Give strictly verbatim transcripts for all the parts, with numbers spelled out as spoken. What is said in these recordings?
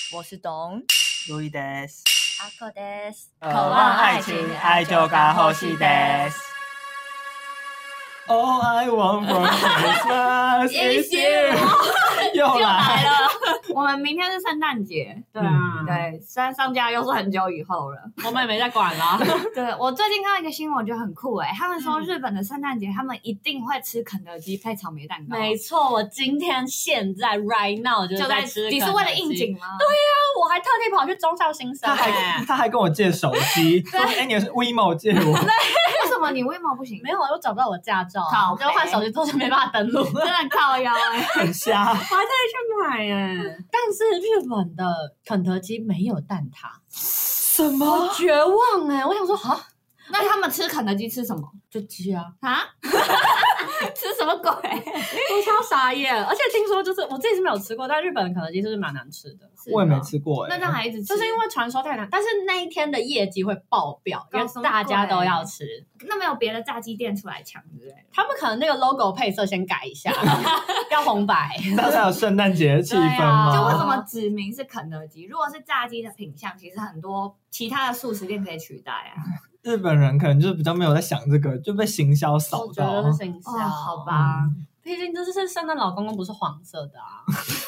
我是董路易德斯， 阿克德斯， 渴望爱情，爱就该呼吸德斯。All I want for Christmas is you 又来了。 我们明天是圣诞节， 对啊， 对，虽然上架又是很久以后了， 我们也没在管了。 对，我最近看到一个新闻，我觉得很酷哎、欸，他们说日本的圣诞节，他们一定会吃肯德基配草莓蛋糕。 没错，我今天现在 right now 就是在吃。 你是为了应景吗？ 对呀、啊，我还特地跑去忠孝新生、欸， 他还他还跟我借手机，说哎，你是 WeMo 借我。 为什么你 WeMo 不行？ 没有，我又找不到我驾照、 啊， 就换手机之后就没办法登录， 真的很靠腰哎、欸， 很瞎。 我还特意去买哎、欸，但是日本的肯德基没有蛋挞， 什么？ 我绝望哎、欸！我想说哈， 那他们吃肯德基吃什么？ 就鸡啊啊？吃什么鬼？ 我超傻眼！而且听说就是我自己是没有吃过，但日本的肯德基就是蛮难吃的。 我也没吃过哎、 欸，那这样还一直吃， 就是因为传说太难，但是那一天的业绩会爆表，因为大家都要吃。 那没有别的炸鸡店出来抢之类的？ 他们可能那个 logo 配色先改一下，要红白， 这样才有圣诞节的气氛吗？ 就为什么指明是肯德基？如果是炸鸡的品项，其实很多其他的速食店可以取代啊。 日本人可能就是比较没有在想这个，就被行销扫到。 我觉得是行销、 哦，好吧。 毕竟这是圣诞老公公，不是黄色的啊。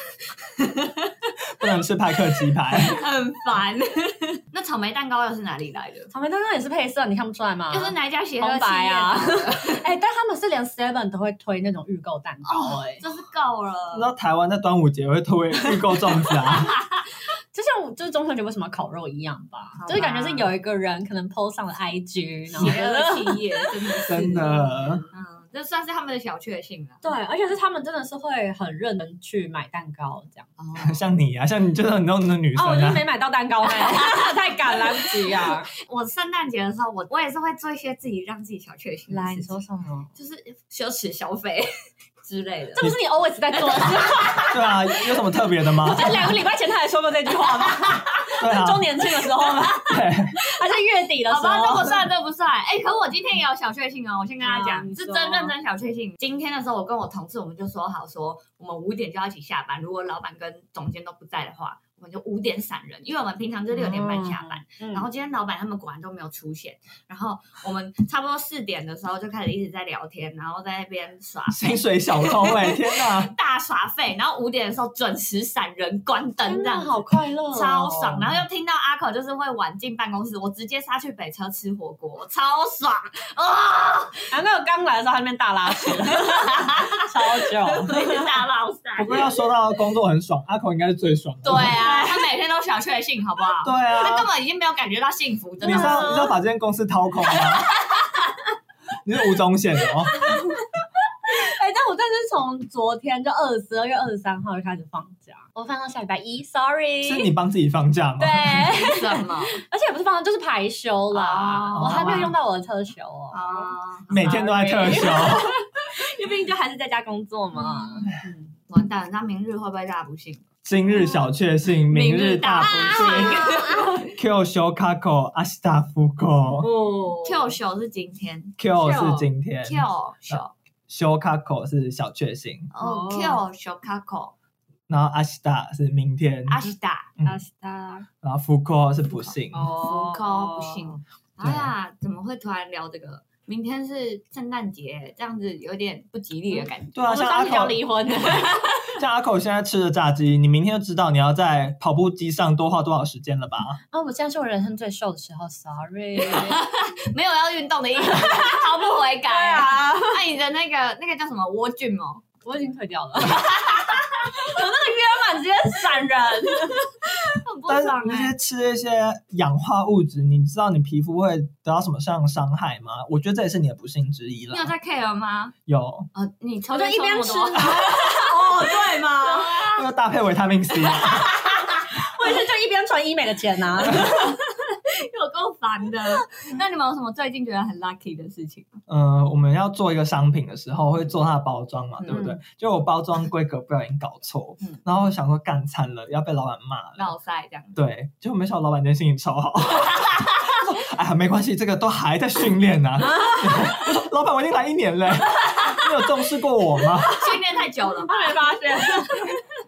不能吃派克鸡排， 很烦。那草莓蛋糕又是哪里来的？ 草莓蛋糕也是配色，你看不出来吗？ 又是哪一家协和企业啊？哎、 欸， 但他们是连 Seven 都会推那种预购蛋糕、欸，哎、 哦，这是够了。 你知道台湾在端午节会推预购粽子啊？ 就像就是中秋节为什么要烤肉一样吧，吧就是感觉是有一个人可能 po 上了 I G， 然后邪恶企业，真的真的， 嗯。这算是他们的小确幸了。 对，而且是他们真的是会很认真去买蛋糕这样。 哦、像你啊，像你就是很多的女生啊。 哦，我就是没买到蛋糕呢，太赶来不及啊！ 我圣诞节的时候，我我也是会做一些自己让自己小确幸。 来，你说什么？ 就是羞耻消费之类的。 这不是你 always 在做的事？ 对啊，有什么特别的吗？ 就两个礼拜前他还说过这句话吗？ 对啊， 周年庆的时候吗？ 对， 还是月底的时候？ 好吧，这不算，这不算。哎、欸，可是我今天也有小确幸哦，我先跟他讲、嗯，是真认真小确幸。今天的时候，我跟我同事我们就说好说，我们五点就要一起下班。如果老板跟总监都不在的话，我们就五点闪人，因为我们平常就六点半下班。嗯、然后今天老板他们果然都没有出现，然后我们差不多四点的时候就开始一直在聊天，然后在那边耍薪水小偷哎、欸，天哪， 大耍废。然后五点的时候准时闪人，关灯这样， 好快乐、哦， 超爽。然后又听到阿可就是会晚进办公室，我直接杀去北车吃火锅，超爽啊！ 然后那个刚来的时候，他那边大拉屎，超久， 大拉屎。 不过要说到工作很爽，阿可应该是最爽的。 对啊，他每天都小确幸，好不好？ 对啊， 他根本已经没有感觉到幸福，真的。 你是要你是要把这间公司掏空吗？你是吴宗宪哦。 哎、欸，但我真的是从昨天就二十二月二十三号就开始放假，我放到下礼拜一 ，sorry。 是你帮自己放假吗？ 对， 什么？ 而且也不是放假，就是排休啦。Oh, 我還沒有用到我的特休哦。 哦、 oh, 每天都在特休， 因為畢竟就還是在家工作嘛。 嗯，完蛋了，那明日會不會大不幸？ 今日小確幸，明日大不幸。Q 休卡口，明日復興。 哦 ，Q 休是今天 ，Q 是今天 ，Q 休。 休卡口是小確幸哦 ，Q 休卡口， 然後明日是明天， 明日， 明日， 然後復興是不幸， 復興不幸。哎呀，怎麼會突然聊這個？明天是聖誕節，這樣子有點不吉利的感覺。 對啊，像阿口離婚， 像阿口現在吃的炸雞，你明天就知道你要在跑步機上多花多少時間了吧？ 啊，我現在是我人生最瘦的時候 ，sorry， 沒有要運動的意思，毫不悔改。對啊，那你的那個那個叫什麼窩菌哦？ 我已經退掉了。我那個約滿直接閃人， 很不爽、欸。 但是那些吃一些氧化物質，你知道你皮膚會得到什麼樣傷害嗎？我覺得這也是你的不幸之一了。 你有在 care 嗎？ 有。 呃，你抽我就一邊吃。 哦，對嗎？ 那個搭配維他命 C。 我也是就一邊存醫美的錢啊。 有夠煩的。那你們有什麼最近覺得很 lucky 的事情？ 呃，我們要做一個商品的時候，會做它的包裝嘛，嗯、對不對？就我包裝規格不小心搞錯，嗯、然後我想說幹慘了，要被老闆罵了， 鬧塞這樣。 對，結果沒想到老闆今天心情超好。哎呀，沒關係，這個都還在訓練啊。我說老闆，我已經來一年了，你有重視過我嗎？ 訓練太久了，他沒發現。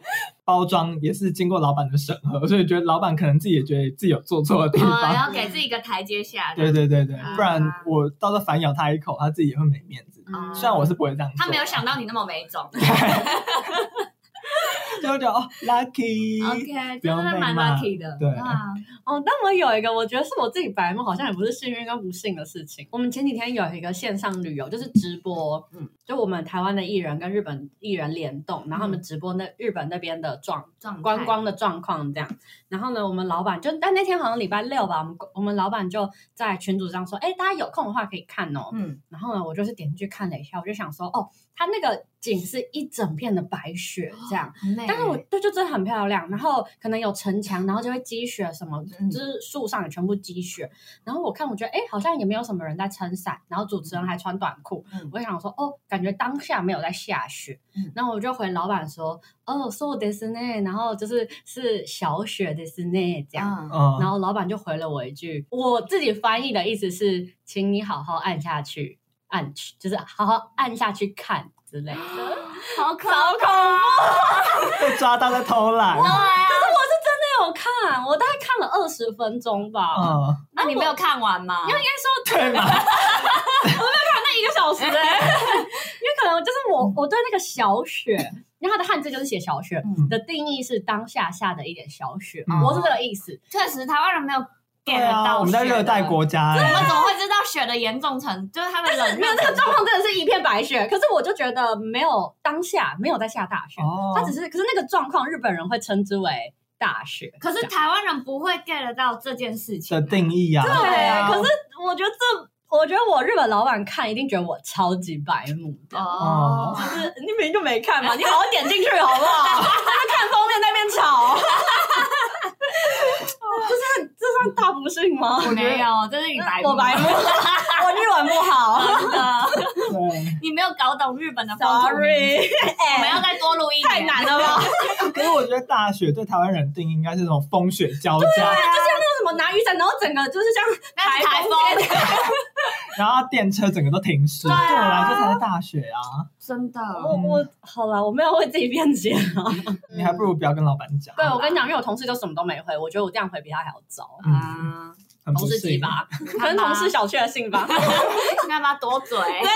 包装也是经过老板的审核，所以觉得老板可能自己也觉得自己有做错的地方， 哦、要给自己一个台阶下。 对对对对， 啊、 不然我到时候反咬他一口，他自己也会没面子。嗯、虽然我是不会这样做， 他没有想到你那么没种。 就觉得哦 ，lucky，OK， 真的蛮 lucky 的， 对啊， 哦，但我有一个，我觉得是我自己白目，好像也不是幸运跟不幸的事情。我们前几天有一个线上旅游，就是直播，嗯，就我们台湾的艺人跟日本艺人联动，然后他们直播那日本那边的状状观光的状况这样。然后呢，我们老板就，但那天好像礼拜六吧，我们我们老板就在群组上说，哎，大家有空的话可以看哦，嗯，然后呢，我就是点进去看了一下，我就想说，哦，它那个景是一整片的白雪这样。 哦但是我对就真的很漂亮，然后可能有城墙，然后就会积雪什么，嗯、就是树上也全部积雪。然后我看，我觉得哎，好像也没有什么人在撑伞，然后主持人还穿短裤。嗯、我就想说，哦，感觉当下没有在下雪。嗯、然后我就回老板说，哦，そうですね，然后就是是小雪ですね这样。嗯、然后老板就回了我一句，我自己翻译的意思是，请你好好按下去，按就是好好按下去看。之类的， 好可好恐怖， 被抓到在偷懒。 对啊，可是我是真的有看，我大概看了二十分钟吧。 嗯， 那你没有看完吗？ 因为应该说对嘛， 我没有看那一个小时哎、欸，因为可能就是我我对那个小雪，因为它的汉字就是写小雪、嗯、的定义是当下下的一点小雪，嗯、我是这个意思。 确实，台湾人没有。 对啊，我们在热带国家、欸， 我们怎么会知道雪的严重程度？就是他们冷没有这个状况，真的是一片白雪。可是我就觉得没有当下没有在下大雪，哦、它只是可是那个状况，日本人会称之为大雪。 可是台湾人不会 get 到这件事情的定义啊。 对啊，可是我觉得这。我觉得我日本老板看一定觉得我超级白目的哦，就是你明明就没看嘛，你好好点进去好不好？在看封面那边吵，这是这算大不幸吗？ 我没有，这是你白目， 我白目，我日文不好， 真的，你没有搞懂日本的风土民情。我们要再多录一年，太难了吧？ 可是我觉得大雪对台湾人定义应该是那种风雪交加， 对啊，就像那种什么拿雨伞，然后整个就是像台风。 然后电车整个都停驶，对我来说才是大雪啊！ 真的， 我我好啦，我没有为自己辩解啊。 你还不如不要跟老板讲。 对，我跟你讲，因为我同事就什么都没回，我觉得我这样回比他还要糟啊。 同事鸡巴，跟同事小确幸吧。 干嘛多嘴？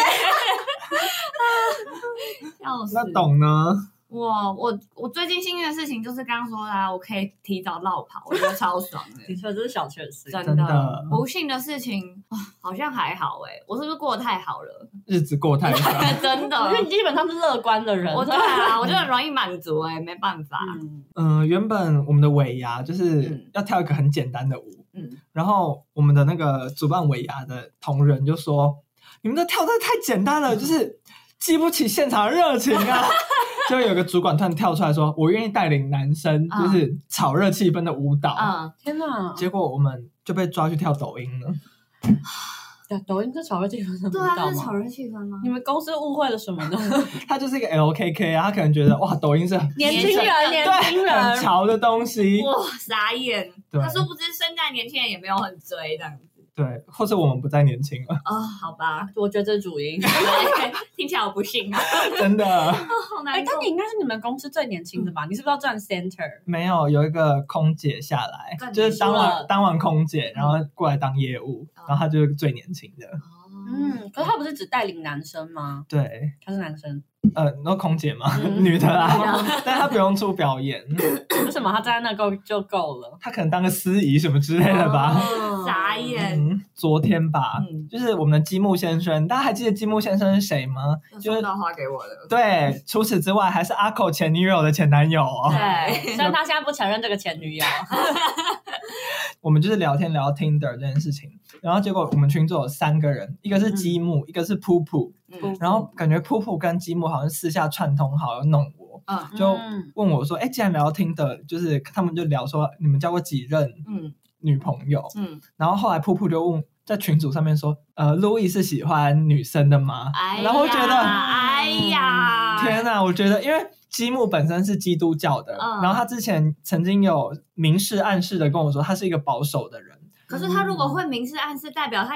笑死！ 那懂呢？ 我我我最近幸运的事情就是刚刚说的、啊，我可以提早落跑，我觉得超爽的。 的确，这是小确幸， 真的。真的不幸的事情、哦、好像还好哎、欸，我是不是过得太好了？ 日子过太好， 真的。 因为你基本上是乐观的人， 我对啊，我就很容易满足哎、欸，没办法。 嗯、呃，原本我们的尾牙就是要跳一个很简单的舞，嗯，然后我们的那个主办尾牙的同仁就说：“你们这跳的太简单了，嗯、就是激不起现场的热情啊。”就有个主管突然跳出来说：“我愿意带领男生，就是炒热气氛的舞蹈。” 嗯，天哪！ 结果我们就被抓去跳抖音了。 抖音是炒热气氛的舞蹈吗？ 对啊，是炒热气氛吗？ 你们公司误会了什么呢？ 他就是一个 L K K 啊，他可能觉得哇，抖音是年轻人、年轻人很潮的东西。 哇，傻眼！他殊不知现在年轻人也没有很追这样子。 对，或是我们不再年轻了。 哦，好吧， 我觉得这是主因。 听起来我不信啊， 真的。 哦、好难过。 哎，但你应该是你们公司最年轻的吧？嗯、你是不是要站 center？ 没有，有一个空姐下来，就是当完当完空姐，然后过来当业务，嗯、然后她就是最年轻的。 嗯，可是她不是只带领男生吗？ 对， 她是男生。 呃，那空姐嘛，嗯、女的啦，但她不用出表演。 为什么她站在那够就够了？ 她可能当个司仪什么之类的吧。 哦、傻眼、 嗯。昨天吧，嗯、就是我们的积木先生，大家还记得积木先生是谁吗？ 就是送花给我的。 对，除此之外还是阿口前女友的前男友哦。 对，虽然他现在不承认这个前女友。 我们就是聊天聊 Tinder 这件事情，然后结果我们群组有三个人，一个是积木，嗯、一个是噗噗，嗯、然后感觉噗噗跟积木好像私下串通好要弄我，嗯、就问我说：“哎，既然聊 Tinder，就是他们就聊说你们交过几任女朋友？”嗯，然后后来噗噗就问在群组上面说：“呃 ，Louis 是喜欢女生的吗？” 哎、 然后我觉得， 哎呀， 天哪！我觉得因为。积木本身是基督教的，嗯、然后他之前曾经有明示暗示的跟我说他是一个保守的人。 可是他如果会明示暗示，代表他应该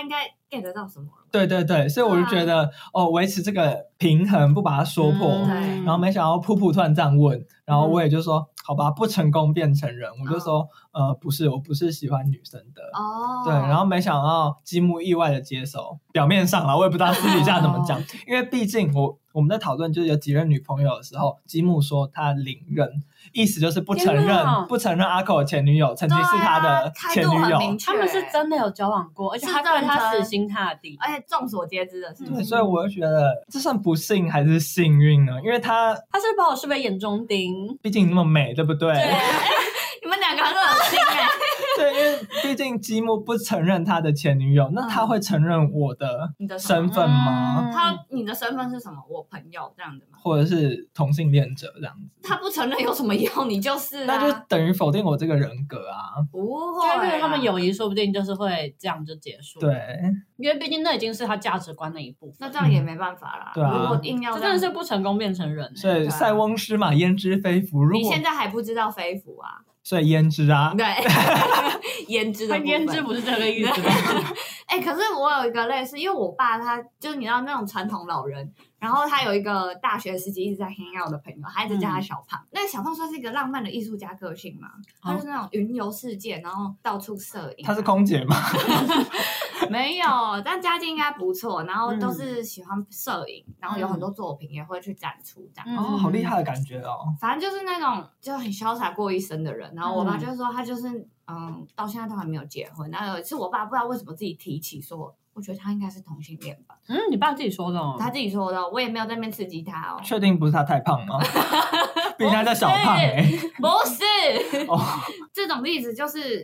get 得到什么了。 对对对，所以我就觉得、啊、哦，维持这个平衡，不把它说破。 嗯、对。 然后没想到噗噗突然这样问，然后我也就说、嗯、好吧，不成功便成仁，我就说、哦、呃不是，我不是喜欢女生的。哦。对，然后没想到积木意外的接受，表面上啦，我也不知道私底下怎么讲，哦、因为毕竟我我们在讨论就是有几任女朋友的时候，积木说他零任。意思就是不承认，不承认阿口的前女友曾经是他的前女友， 啊、他们是真的有交往过，而且他对他死心塌地， 而且众所皆知的事情。 对，所以我就觉得这算不幸还是幸运呢？因为他他是把我视为眼中钉， 毕竟你那么美，对不对？ 对你们两个很恶心哎。 对，因为毕竟积木不承认他的前女友，那他会承认我的身份吗？ 嗯、他你的身份是什么？我朋友这样子吗？ 或者是同性恋者这样子？ 他不承认有什么用？你就是、啊， 那就等于否定我这个人格啊！ 不会、啊， 因为他们友谊说不定就是会这样就结束。 对， 因为毕竟那已经是他价值观的一部分。 那这样也没办法啦。 嗯、对啊， 如果硬要这真的是不成功变成仁、欸。 所以塞翁失马焉知非福。如果你现在还不知道非福啊？ 所以胭脂啊， 对，胭脂的部分， 胭脂不是这个意思。 哎、欸，可是我有一个类似，因为我爸他就是你知道那种传统老人，然后他有一个大学时期一直在 hang out 的朋友，他一直叫他小胖。嗯、那个小胖算是一个浪漫的艺术家个性嘛？他就是那种云游世界，然后到处摄影、啊。 他是空姐吗？ 没有，但家境应该不错，然后都是喜欢摄影，嗯、然后有很多作品也会去展出这样。 哦，好厉害的感觉哦！ 反正就是那种就很潇洒过一生的人。然后我爸就说他就是嗯，到现在都还没有结婚。然后有一次我爸不知道为什么自己提起说，我觉得他应该是同性恋吧。 嗯，你爸自己说的哦？ 他自己说的，我也没有在那边刺激他哦。 确定不是他太胖吗？毕竟他叫小胖哎、欸。 不是，哦、这种例子就是。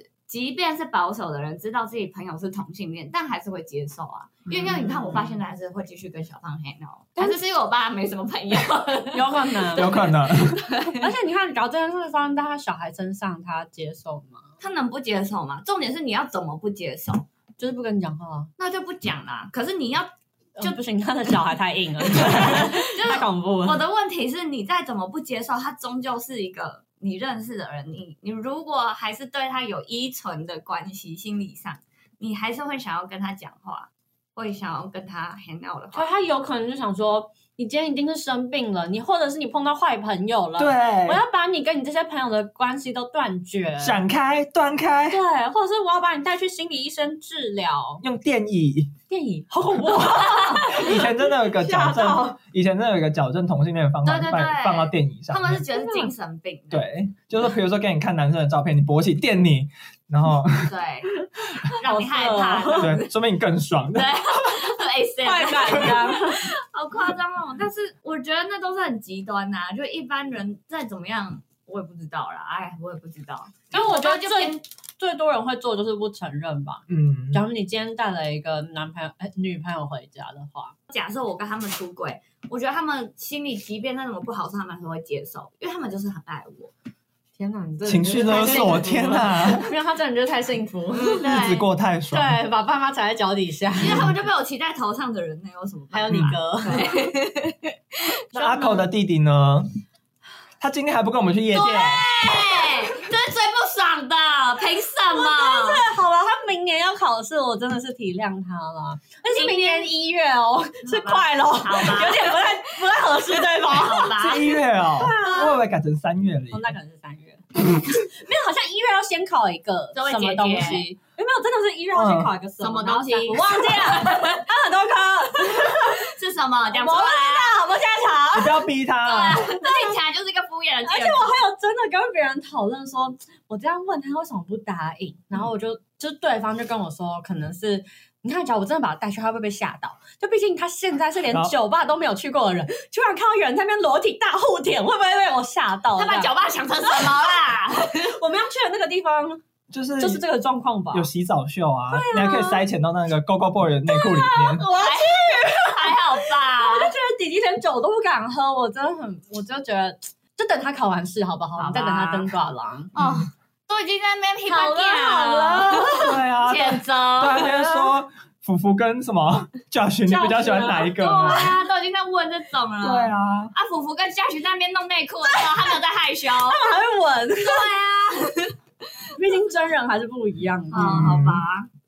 即便是保守的人知道自己朋友是同性恋，但还是会接受啊。因为你看，我爸现在还是会继续跟小胖 hang out，但是是因为我爸没什么朋友， 有可能， 有可能。 而且你看，只要这件事发生在他小孩身上，他接受吗？ 他能不接受吗？重点是你要怎么不接受？ 就是不跟你讲话， 那就不讲啦。可是你要就、 嗯、不行，他的小孩太硬了，太恐怖了。 我的问题是你再怎么不接受，他终究是一个。你认识的人，你你如果还是对他有依存的关系，心理上，你还是会想要跟他讲话，会想要跟他 hang out 的话， 所以他有可能就想说，你今天一定是生病了，你或者是你碰到坏朋友了， 对， 我要把你跟你这些朋友的关系都断绝， 闪开、断开， 对，或者是我要把你带去心理医生治疗， 用电椅。 电椅好恐怖！ 以前真的有一个矫正，以前真的有一个矫正同性恋的方法， 对对对， 放到电椅上。 他们是觉得是精神病。 对，就是比如说给你看男生的照片，你勃起电你，然后对，让你害怕， 对，说明你更爽。 对， 快感的， 好夸张哦！但是我觉得那都是很极端呐、啊，就一般人再怎么样，我也不知道啦。哎，我也不知道。 因为我觉得最最多人会做就是不承认吧。 嗯， 假如你今天带了一个男朋友、哎女朋友回家的话， 假设我跟他们出轨，我觉得他们心里即便再怎么不好受，他们还是会接受，因为他们就是很爱我。 天哪，你这情绪勒索，天哪！ 没有，他真的就是太幸福， 日子过太爽， 对，把爸妈踩在脚底下， 因为他们就被我骑在头上的人，那有什么办法？ 还有你哥。 那阿口的弟弟呢？他今天还不跟我们去夜店， 对，这是最不爽的，凭什么？ 好了，他明年要考试，我真的是体谅他了。但是明年一月哦，是快咯， 好吧， 有点不太不太合适，对吗？ 好吧， 是一月哦，我以为改成三月了。 哦，那可能是三月。没有，好像一月要先考一个什么东西？有没有？真的是一月要先考一个什么东西？ 我忘记了，他很多科是什么？讲出来啊！我不现在查， 你不要逼他。 这听起来就是一个敷衍的。 而且我还有真的跟别人讨论说，我这样问他为什么不答应，然后我就就对方就跟我说，可能是。你看，假如我真的把他带去，他会不会被吓到？就毕竟他现在是连酒吧都没有去过的人，突然看到有人在那边裸体大互舔，会不会被我吓到？ 他把酒吧想成什么啦？ 我们要去的那个地方， 就是就是这个状况吧？ 有洗澡秀啊， 啊你还可以塞钱到那个 Go Go Boy 的内裤里面。 我要去， 还好吧？ 我就觉得弟弟连酒都不敢喝，我真的很，我就觉得，就等他考完试好不好？你再等他登挂廊哦。都已经在那边批好了好了， 对啊， 谴责， 对那边说福福跟什么 Josh， 你比较喜欢哪一个？ 对啊，都已经在问这种了。 对啊， 啊，福福跟 Josh 在那边弄内裤的时候，他们有在害羞，他们还会闻。 对啊， 毕竟真人还是不一样的。 哦，好吧。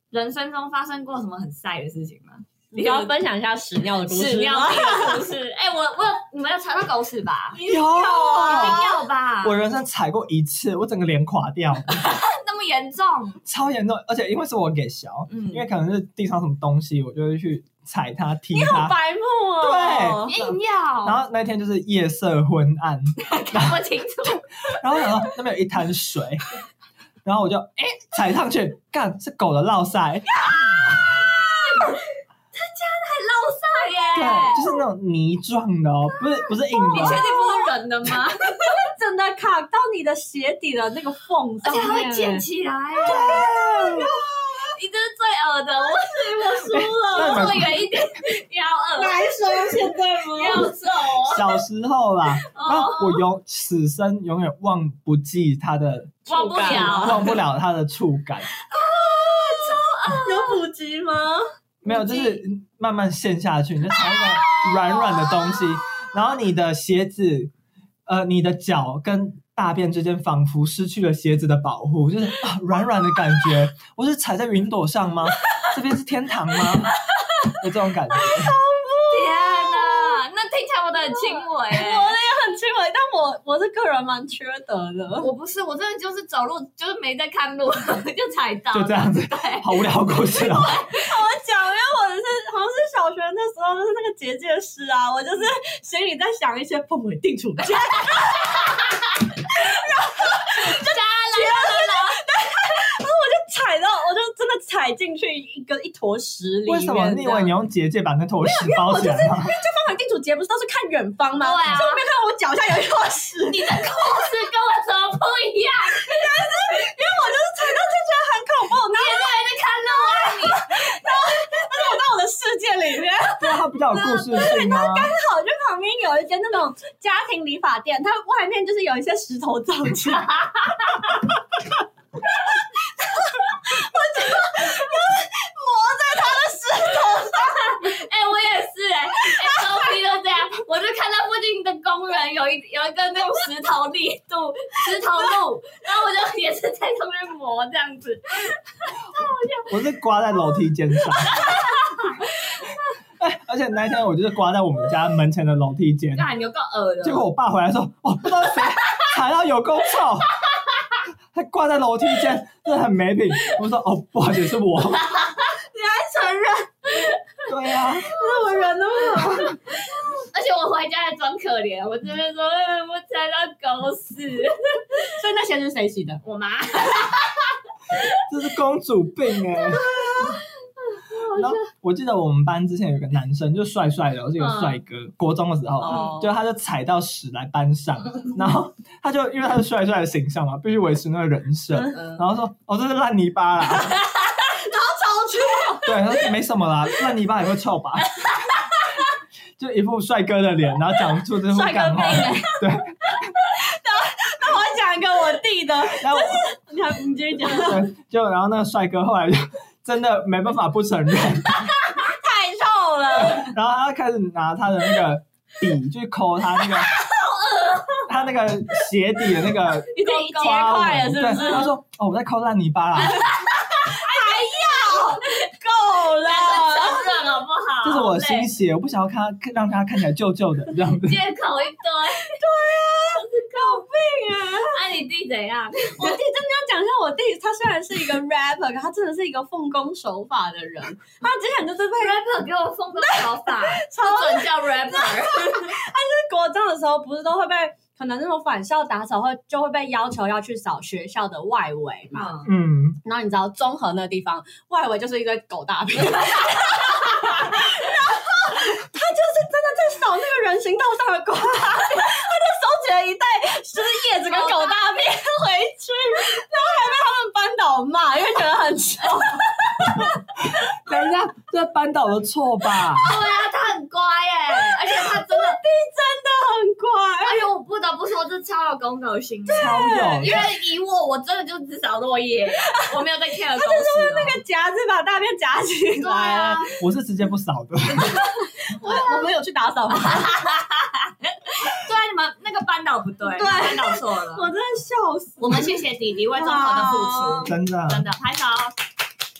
人生中发生过什么很晒的事情吗？ 你要分享一下屎尿的故事。 屎尿的故事，哎、欸，我我有，你们有踩到狗屎吧？ 有， 一定要吧？ 我人生踩过一次，我整个脸垮掉， 那么严重？ 超严重，而且因为是我给小，嗯，因为可能是地上什么东西，我就会去踩它、踢它。 你好白目哦！对，硬要。 然后那天就是夜色昏暗， 看不清楚。 然后然后那边有一滩水，然后我就哎、欸、踩上去，干是狗的落塞。 他家还落塞耶！ 对，就是那种泥状的哦，不是不是硬的。 你确定不是人的吗？ 真的卡到你的鞋底的那个缝上面，而且它会溅起来。 对， 你这是最恶的，我我输了，我坐远一点，你好恶。 哪一双现在吗？ 要走哦。 小时候啦，然后我永此生永远忘不记它的忘不了， 忘不了它的触感。 啊，超恶！ 有补给吗？ 没有，就是慢慢陷下去，你就踩一个软软的东西，然后你的鞋子，呃，你的脚跟大便之间仿佛失去了鞋子的保护，就是啊软软的感觉。我是踩在云朵上吗？这边是天堂吗？有这种感觉。 天哪，那听起来我的很轻微、欸， 我的也很轻微，但我我是个人蛮缺德的。 我不是，我真的就是走路就是没在看路就踩到， 就这样子， 对， 好无聊的故事哦。 我讲，因为我是好像是小学那时候，就是那个结界师啊，我就是心里在想一些凤尾定处架，然后就加了，然后我就踩到，我就真的踩进去一个一坨屎里面。 为什么？你以为你用结界把那坨屎包起来吗？ 就凤尾定处结不是都是看远方吗？ 对啊， 所以我没有看到我脚下有一坨屎。 你的故事跟我怎么不一样？ 但是因为我就是踩到就觉得很恐怖，然后我也在看路啊你， 然后但是我到我的世界里面， 对啊，它比较有故事性啊。 刚好就旁边有一间那种家庭理发店，它外面就是有一些石头造起来。我就磨在他的石头上， 哎、欸，我也是哎、欸、，S O P 都这样，我就看到附近的公园有一有一个那种石头力度石头路，然后我就也是在上面磨这样子， 我是刮在楼梯间上。哎，而且那一天我就是刮在我们家门前的楼梯间， 干，有够恶的。 结果我爸回来说，哦，不知道谁踩到有够臭，还挂在楼梯间，真的很没品。我说，哦，不好意思，是我。 你还承认？ 对啊， 那我人那么好。 而且我回家还装可怜，我这边说，嗯，我踩到狗屎。 所以那鞋是谁洗的？ 我妈。 这是公主病哎、欸。然后我记得我们班之前有个男生，就帅帅的，是一个帅哥。嗯、国中的时候，嗯、就他就踩到屎来班上，嗯、然后他就因为他是帅帅的形象嘛，必须维持那个人设，嗯、然后说：“哦，这是烂泥巴啦。”然后超臭。 对，他说没什么啦，烂泥巴也会臭吧？就一副帅哥的脸，然后讲出这副干话。对。 那我讲一个我弟的，然后你还你继续讲。 对，就然后那个帅哥后来就。真的没办法不承认， 太臭了。 然后他开始拿他的那个笔去抠他那个，他那个鞋底的那个已经结块了，是不是？ 对，他说：“哦，我在抠烂泥巴啦。” 还要够了， 承认好不好？ 这是我的心血，我不想要看他让他看起来旧旧的这样子。 借口一堆， 对啊，是狗病啊！ 那、啊、你弟怎样？ 我弟真的要讲一下，我弟他虽然是一个 rapper， 可他真的是一个奉公守法的人。他之前就是被 rapper 给我奉公守法，超准叫 rapper。 他是国中的时候，不是都会被可能那种返校打扫会就会被要求要去扫学校的外围嘛。 嗯， 然后你知道中和那个地方外围就是一堆狗大便。然后他就是真的在扫那个人行道上的狗大便，他就收集了一袋就是叶子跟狗大便回去，然后还被他们班导骂，因为觉得很臭。 等一下，这班导的错吧？ 对啊，他很乖耶，而且他真的弟真的很乖。 哎呦，我不得不说，这超有公德心， 超有。 因为以我，我真的就只扫落叶，我没有在 care 公司。 他就是那个夹子把大便夹起来。 啊， 我是直接不扫的。 我我们有去打扫。 对啊，你们那个班导不对， 对， 班导错了。 我真的笑死。 我们谢谢弟弟为综合的付出， 真的真的拍手。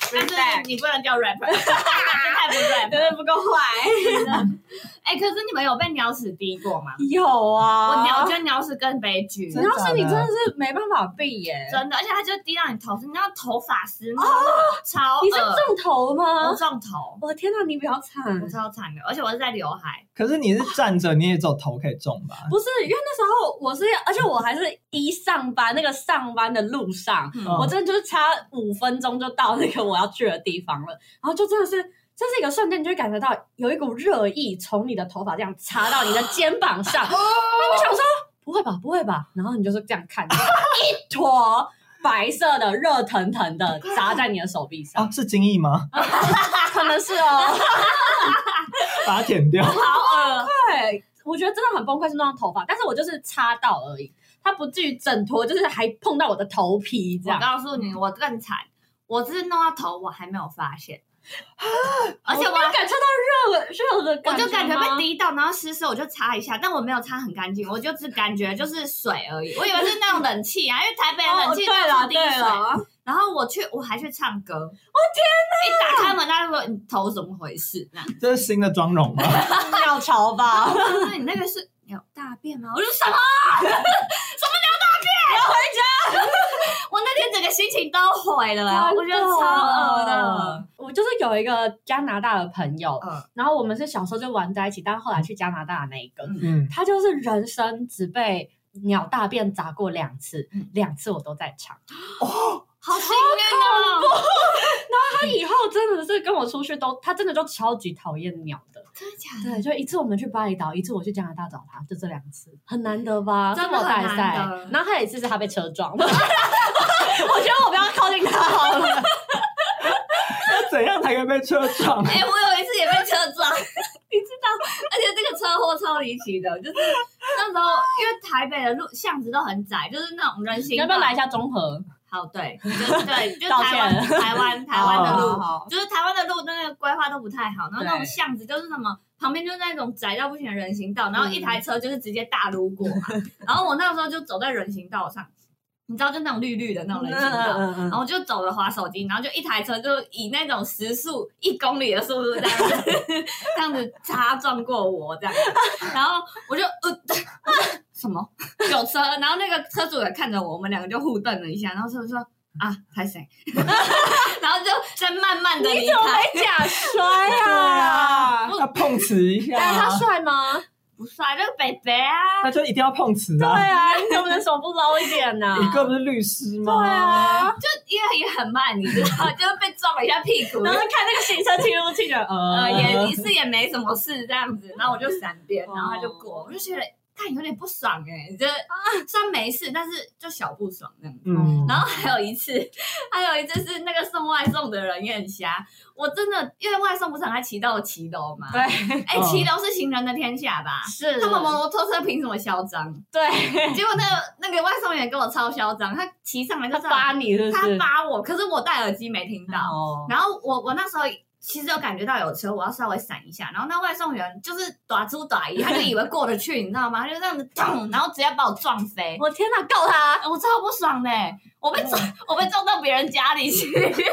但是你不能叫 rapper， 太不 rap， 真的不够坏。 哎、欸，可是你们有被鸟屎滴过吗？ 有啊， 我鸟，我觉得鸟屎更悲剧。 鸟屎你真的是没办法避耶， 真的，而且它就滴到你头上，你知道头发丝吗？ 哦， 超恶。 你是中头吗？ 我中头。 我的天哪，你比较惨， 我超惨的，而且我是在刘海。 可是你是站着，你也只有头可以中吧？ 不是，因为那时候我是，而且我还是一上班那个上班的路上，嗯、我真的就是差五分钟就到那个我要去的地方了，然后就真的是。这是一个瞬间，你就会感觉到有一股热意从你的头发这样插到你的肩膀上，然后你想说不会吧，不会吧，然后你就是这样看，一坨白色的热腾腾的砸在你的手臂上。 啊，是精液吗？ 可能是哦， 把它舔掉。 好恶， 对，我觉得真的很崩溃，是弄到头发，但是我就是擦到而已，它不至于整坨，就是还碰到我的头皮这样。 我告诉你，我更惨，我只是弄到头，我还没有发现。而且我感受到热热的感觉， 我就感觉被滴到，然后湿湿，我就擦一下，但我没有擦很干净，我就只感觉就是水而已。我以为是那种冷气啊，因为台北的冷气都是滴水。然后我去，我还去唱歌，我天哪！ 一打开门，他就说：“你头怎么回事？” 这是新的妆容吗？ 鸟巢吧？ 那你那个是鸟大便吗？我说什么？什么鸟大便？我要回家。我那天整个心情都毁了、欸，我觉得超恶的。 我就是有一个加拿大的朋友，嗯、然后我们是小时候就玩在一起，但是后来去加拿大的那一个，嗯，他就是人生只被鸟大便砸过两次，嗯、两次我都在场。 哦，好幸运哦！ 然后他以后真的是跟我出去都，他真的就超级讨厌鸟的。 真的假的？ 对，就一次我们去巴厘岛，一次我去加拿大找他，就这两次，很难得吧？ 真的很难得。 然后还有一次是他被车撞了，我觉得我不要靠近他好了。 要怎样才可以被车撞？ 哎、欸，我有一次也被车撞，你知道？而且这个车祸超离奇的，就是那时候因为台北的路巷子都很窄，就是那种人行道。 要不要来一下中和？ 好，对，就对，就台湾台湾台湾的路，就是台湾的路那个规划都不太好，然后那种巷子就是什么旁边就是那种窄到不行的人行道，然后一台车就是直接大路过嘛，然后我那个时候就走在人行道上。你知道就那种绿绿的那种人行道，嗯嗯嗯、然后就走了滑手机，然后就一台车就以那种时速一公里的速度这样子这样子擦撞过我这样，然后我就呃什么有车，然后那个车主也看着我，我们两个就互瞪了一下，然后车主说啊拍谁，然后就再慢慢的离开。 你怎么没假摔啊？ 他碰瓷一下、啊， 他帅吗？ 不帅，就是北北啊， 那就一定要碰瓷啊！对啊，你怎么能手不捞一点呢、啊？ 你哥不是律师吗？ 对啊， 就因为也很慢，你知道，就是被撞了一下屁股， 然后看那个行车记录器的， 呃，也是也没什么事这样子，然后我就闪边，然后他就过，我就觉得。看有点不爽哎、欸，这虽然没事，但是就小不爽这样子。嗯，然后还有一次，还有一次是那个送外送的人也很瞎。我真的因为外送不是很爱骑到骑楼嘛？ 对， 哎、欸，骑楼是行人的天下吧？ 是， 他们摩托车凭什么嚣张？ 对， 结果那个那个外送员跟我超嚣张，他骑上来就他扒你是不是， 他扒我，可是我戴耳机没听到。哦、然后我我那时候。其实有感觉到有车，我要稍微闪一下，然后那外送员就是打猪打一，他就以为过得去，你知道吗？他就这样子咚，然后直接把我撞飞。 我天哪，告他！ 我超不爽的、欸，我被撞，我被撞到别人家里去。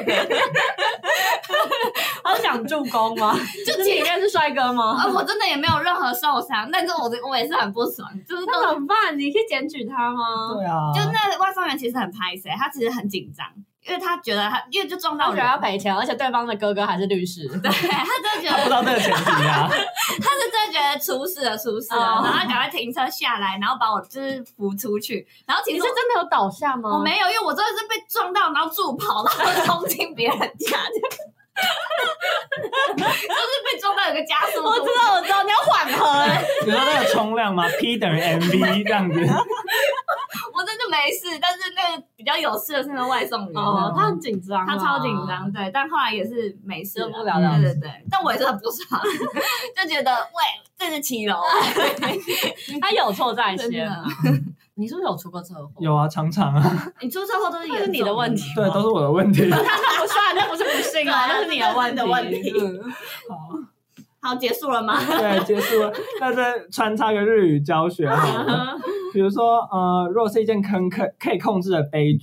他是想助攻吗？就里面是帅哥吗？ 啊，我真的也没有任何受伤，但是我我也是很不爽，就是那怎么办？你可以检举他吗？ 对啊， 就那外送员其实很拍谁，他其实很紧张。因为他觉得他，因为就撞到人， 他觉得要赔钱，而且对方的哥哥还是律师， 对他真的觉得他不知道这个前提啊， 他是真的觉得出事了，出事了，然后他赶快停车下来，然后把我就是扶出去，然后其实你是真的有倒下吗？ 我没有，因为我真的是被撞到，然后助跑，然后冲进别人家。就是被撞到有个加速度， 我知道，我知道，你要缓和。 你知道那个冲量吗 ？P 等于 M V 这样子。 我真的没事，但是那个比较有事的是那个外送员， 哦，他很紧张， 他超紧张，对，但后来也是没事了， 不了了。对对对，但我也是很不爽，就觉得喂，这是骑楼， 他有错在先。你是不是有出过车祸？ 有啊，常常啊。 你出车祸都是也是你的问题， 对，都是我的问题。 他那不算，那不是不幸啊，那是你的问题。 好， 好，结束了吗？ 对，结束了。那再穿插个日语教学好了。比如说，呃，如果是一件可可可以控制的悲剧，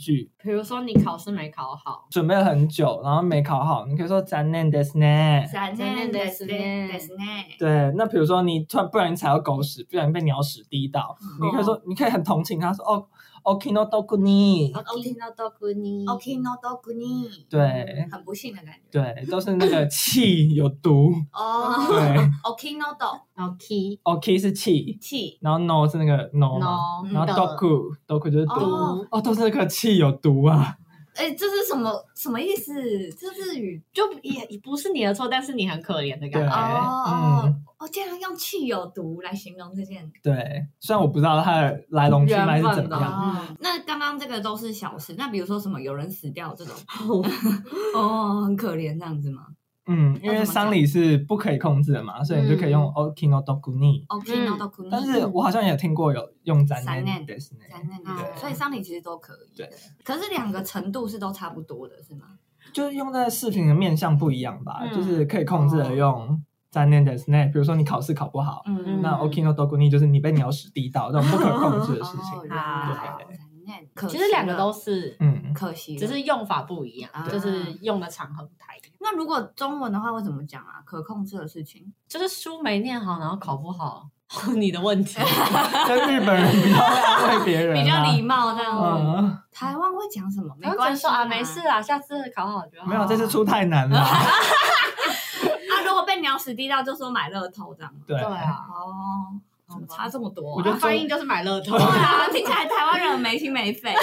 比如说你考试没考好， 准备了很久，然后没考好，你可以说残念ですね。 残念ですね。ですね。 对，那比如说你突然不小心踩到狗屎，不小心被鸟屎滴到， 嗯、 你可以说，你可以很同情他说哦。Oki no doku ni Oki no doku ni Oki no doku ni 对， 很不幸的感觉。 对，都是那个气有毒。 哦， 对 Oki no do Oki Oki 是气， 气， 然后 no 是那个 no 嘛， no 然后 doku doku 就是毒。 哦， 哦，都是那个气有毒啊。 哎，这是什么什么意思？这是语就也不是你的错，但是你很可怜的感觉。 哦嗯哦，竟然用气有毒来形容这件。 对，虽然我不知道它的来龙去脉是怎么样。 哦，那刚刚这个都是小事，那比如说什么有人死掉这种，哦，很可怜这样子吗？ 嗯，因为丧礼是不可以控制的嘛，所以你就可以用 Oki no doku ni。 Oki no doku ni。 但是我好像也听过有用残念ですね。 残念です。所以丧礼其实都可以。 对。 可是两个程度是都差不多的，是吗？ 就用在视频的面向不一样吧，就是可以控制的用残念ですね。比如说你考试考不好，那 Oki no doku ni 就是你被鸟屎滴到这种不可控制的事情。 对。 其实两个都是， 嗯， 可惜， 只是用法不一样，就是用的场合不太一样。 那如果中文的话会怎么讲啊？可控制的事情， 就是书没念好，然后考不好，你的问题。 跟日本人比较会安慰别人， 比较礼貌这样子。 嗯， 台湾会讲什么？没关系啊，没事啊，下次考好就好。 没有，这次出太难了。啊， 如果被鸟屎滴到，就说买乐透这样。 对对啊， 哦。差这么多， 我觉得翻译就是买乐透。 对啊，听起来台湾人没心没肺。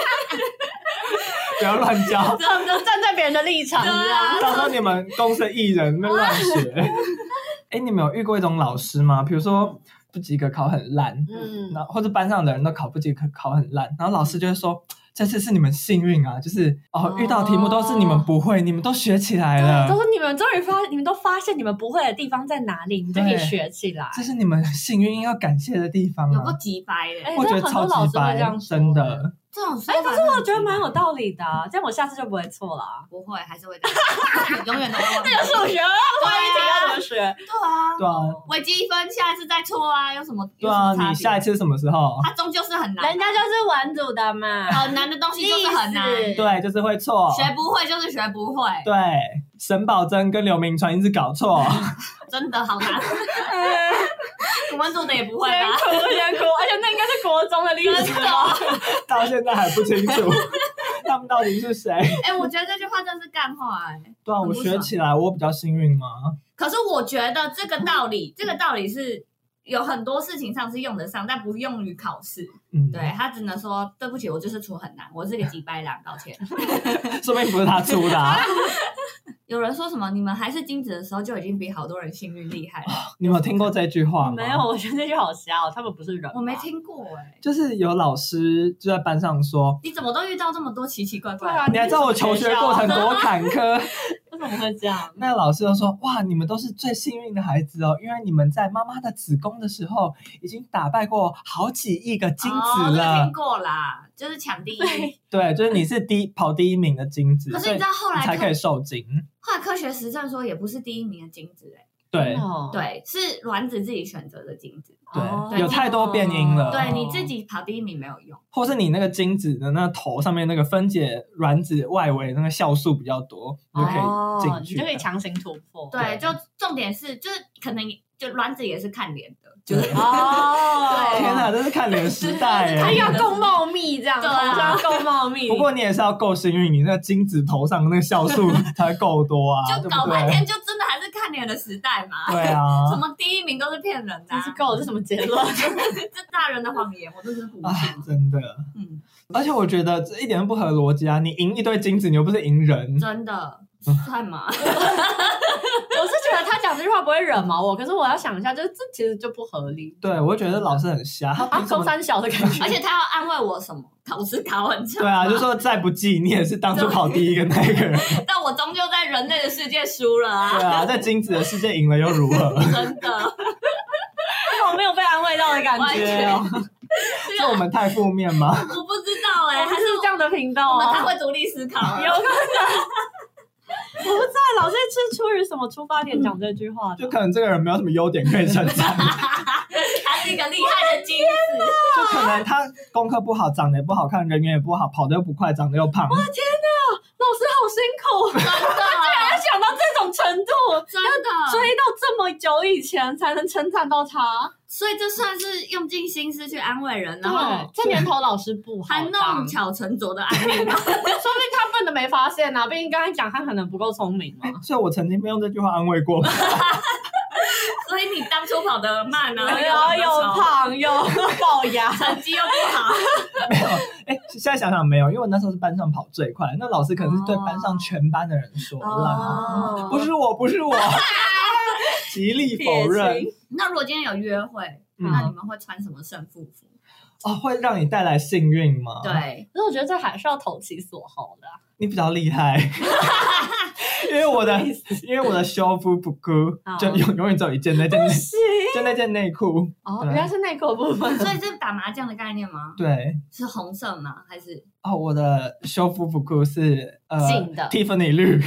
不要乱教， 就站在别人的立场。 对啊， 到时候你们公司的艺人在乱学。哎，你们有遇过一种老师吗？比如说不及格考很烂，嗯，然后或者班上的人都考不及格考很烂，然后老师就会说。这次是你们幸运啊，就是哦，遇到题目都是你们不会，你们都学起来了。 都是你们终于发，你们都发现你们不会的地方在哪里，你就可以学起来。 这是你们幸运要感谢的地方啊！ 有个几百的， 我觉得超级白，真的。 这种哎，可是我觉得蛮有道理的，这样我下次就不会错了。 不会，还是会永远都会。 这个数学，我一题要怎么学？ 对啊， 对啊， 微积分下一次再错啊，有什么？ 对啊，你下一次是什么时候？ 它终究是很难， 人家就是文组的嘛， 很难的东西就是很难， 对，就是会错， 学不会就是学不会。 对，沈葆桢跟刘铭传一直搞错， 真的好难。文组的也不会吧？ 先哭先哭，而且那应该是国中的历史吧？ 到现在还不清楚他们到底是谁。 哎、欸，我觉得这句话真是干话哎、欸。 对啊，我学起来我比较幸运吗？ 可是我觉得这个道理，这个道理是有很多事情上是用得上，但不用于考试。嗯，对，他只能说对不起，我就是出很难，我是个几白狼，抱歉。 说明不是他出的、啊。 有人说什么？你们还是精子的时候就已经比好多人幸运厉害了。 你有没有听过这句话吗？ 没有，我觉得这句好瞎哦，他们不是人。 我没听过哎、欸。 就是有老师就在班上说：“ 你怎么都遇到这么多奇奇怪怪的？ 啊、 你还知道我求学过程多坎坷？ 为什么会这样？” 那个老师就说：“哇，你们都是最幸运的孩子哦，因为你们在妈妈的子宫的时候已经打败过好几亿个精子了。” 哦，这个听过啦，就是抢第一。 对，就是你是第跑第一名的精子， 可是你知道后来才可以受精。 后来科学实证说，也不是第一名的精子、欸， 对、 哦、 对，是卵子自己选择的精子。 对， 哦、 有太多变因了。 对，你自己跑第一名没有用， 或是你那个精子的那头上面那个分解卵子外围那个酵素比较多，你就可以进去、 哦，你就可以强行突破。 对，就重点是，就是可能就卵子也是看脸的。就是哦， 对， 天哪，这是看脸时代耶！ 它要够茂密，这样头上够茂密。 不过你也是要够幸运，你那个精子头上的那个酵素才够多啊， 就搞半天，就真的还是看脸的时代嘛。 对啊， 什么第一名都是骗人的、啊， 这是够，这是什么结论？ 这大人的谎言，我真是不信。 真的，嗯，而且我觉得这一点都不合逻辑啊！你赢一堆精子，你又不是赢人， 真的。算吗？ 我是觉得他讲这句话不会惹毛我，可是我要想一下，就是这其实就不合理。 对，我就觉得老师很瞎，他中三小的感觉， 而且他要安慰我什么？考试考很差。 对啊，就说再不济，你也是当初考第一个那一个人。 但我终究在人类的世界输了啊！ 对啊，在精子的世界赢了又如何？ 真的， 我没有被安慰到的感觉哦。 是我们太负面吗？ 我不知道哎、欸，还是这样的频道、 哦，我们太会独立思考了， 有可能。我不知道老师是出于什么出发点讲这句话的， 就可能这个人没有什么优点可以称赞。 他是一个厉害的精子。 就可能他功课不好，长得也不好看，人缘也不好，跑得又不快，长得又胖。 我的天哪，老师好辛苦， 真的， 竟然要想到这种程度， 真的追到这么久以前才能称赞到他， 所以这算是用尽心思去安慰人，然后这年头老师不好， 还弄巧成拙的案例吗？ 说不定他笨的没发现啊，毕竟刚才讲他可能不够聪明嘛。 所以我曾经被用这句话安慰过。 所以你当初跑得慢啊， 然后又胖又龅牙， 成绩又不好。 没有，哎，现在想想没有，因为我那时候是班上跑最快，那老师可能是对班上全班的人说啦， 哦、 不是我，不是我，极力否认。 那如果今天有约会，嗯、那你们会穿什么胜负服？ 哦，会让你带来幸运吗？ 对， 可是我觉得这还是要投其所好的、啊。 你比较厉害，因为我的因为我的修复不哭，就永永远只有一件那件内，就那件内裤。 哦，原来是内裤部分， 所以这是打麻将的概念吗？ 对， 是红色吗？还是？ 哦，我的修复不哭是呃近的 Tiffany 绿。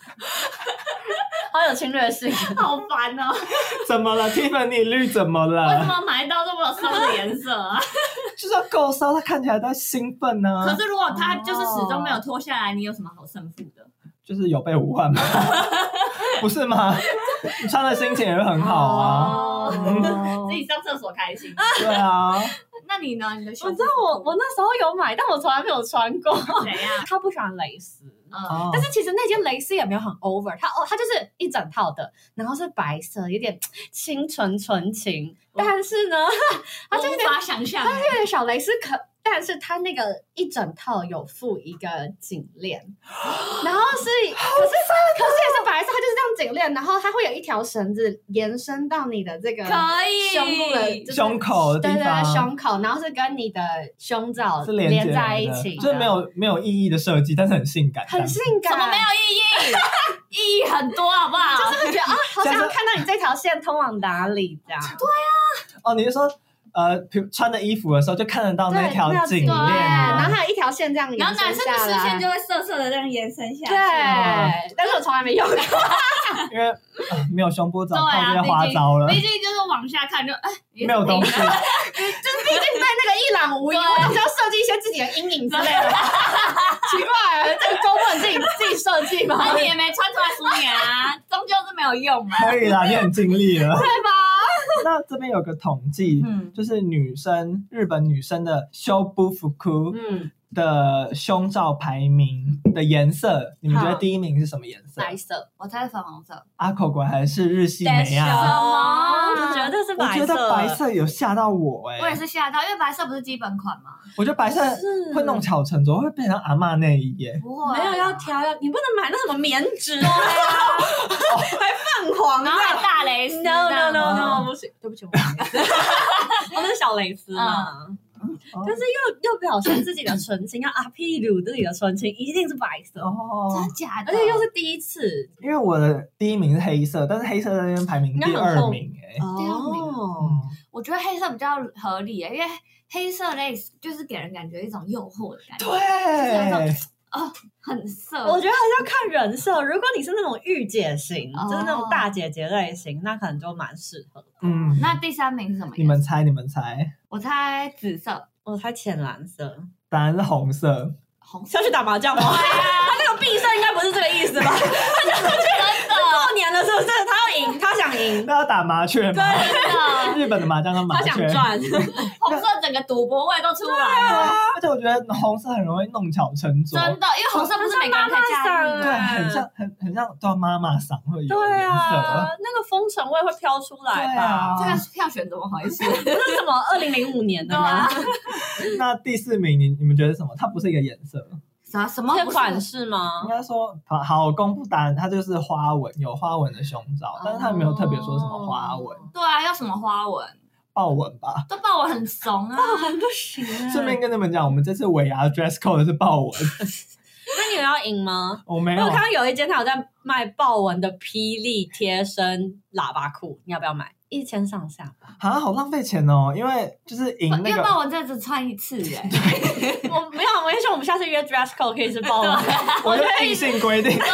好有侵略性， 好烦哦！ 怎么了 ？Tiffany 绿怎么了？ 为什么买到这么骚的颜色啊？ 就是要够骚，他看起来都兴奋呢、啊。 可是如果他就是始终没有脱下来，你有什么好胜负的？ 就是有备无患嘛，不是吗？你穿的心情也会很好啊。 哦嗯、自己上厕所开心。 对啊。 那你呢？你的我知道我我那时候有买，但我从来没有穿过。 怎样？ 他不喜欢蕾丝。 嗯， 但是其实那件蕾丝也没有很 over， 它哦，它就是一整套的，然后是白色，有点清纯纯情，但是呢，它就无法想象， 它是有点小蕾丝可。但是它那个一整套有附一个颈链，然后是可是可是也是白色，它就是这样颈链，然后它会有一条绳子延伸到你的这个可以胸部的、就是、 胸口的地方， 对对对，胸口，然后是跟你的胸罩是连在一起， 就是没有没有意义的设计，但是很性感， 很性感， 怎么没有意义？意义很多，好不好？ 就是会觉得啊，好想要看到你这条线通往哪里这样。对啊，哦，你是说？呃，穿的衣服的时候就看得到那条颈链， 然后还有一条线这样延伸下来， 然后男生的视线就会色色的这样延伸下去。 对，嗯、但是我从来没用过， 因为、呃、没有胸部找靠这些花招了。 毕竟就是往下看就哎、欸、 没有东西，就是毕竟在那个一览无遗，我总是要设计一些自己的阴影之类的。奇怪，这个功能自己自己设计吗？ 那你也没穿出来输你啊，终究是没有用嘛。 可以啦，你很尽力了， 对吧？ 那这边有个统计，嗯，就是女生日本女生的修部服裤，嗯，的胸罩排名的颜色，你们觉得第一名是什么颜色？ 白色， 我猜粉红色。 阿口果还是日系美啊？ 什么？ 我觉得是白色。 我觉得白色有吓到我哎、欸， 我也是吓到，因为白色不是基本款吗？ 我觉得白色会弄巧成拙，会变成阿嬷内衣耶。 不会， 没有要挑，要你不能买那什么棉质哦，还泛黄， 然后还大蕾丝。 No no no no， 不行，对不起，我我那是小蕾丝嘛。嗯但是又又表现自己的纯情，要 appeal 自己的纯情，一定是白色哦， 真的假的？ 而且又是第一次， 因为我的第一名是黑色，但是黑色在那边排名第二名哎、 欸，第二名。哦、嗯，我觉得黑色比较合理、欸，因为黑色类就是给人感觉一种诱惑的感觉， 对， 哦，很色。 我觉得还是要看人设，如果你是那种御姐型，哦、就是那种大姐姐类型，那可能就蛮适合的。 嗯， 那第三名是什么颜色？ 你们猜，你们猜。 我猜紫色， 我猜浅蓝色， 答案是红色。 红色要去打麻将吗？对啊，他那个必胜应该不是这个意思吧？他就真的过年了，是不是？他要赢，他想赢， 那要打麻雀吗？ 对， 日本的麻将跟麻雀， 他想赚。 红色整个赌博味都出来了。 对啊，而且我觉得红色很容易弄巧成拙。 真的，因为红色不是每个人可以驾驭， 对，很像很很像对妈妈嗓会有对啊，那个风尘味会飘出来吧？ 啊、这个票选怎么回事？ 这是什么？二零零五年的吗？ 那第四名，你你们觉得是什么？它不是一个颜色。 啥什么款式吗？ 应该说好，好，我公布答案，它就是花纹，有花纹的胸罩，哦、但是它没有特别说什么花纹。 对啊，要什么花纹？ 豹纹吧， 都豹纹很怂啊， 豹纹不行、啊。 顺便跟你们讲，我们这次尾牙 dress code 是豹纹。 那你有要赢吗？ 我没有。 我看到有一间他有在卖豹纹的霹雳贴身喇叭裤，你要不要买？一千上下吧。 啊，好浪费钱哦！因为就是赢那个， 因为豹纹这只穿一次哎。 我没有，我也许我们下次约 dress code 可以是豹纹， 我就硬性规定。 对啊，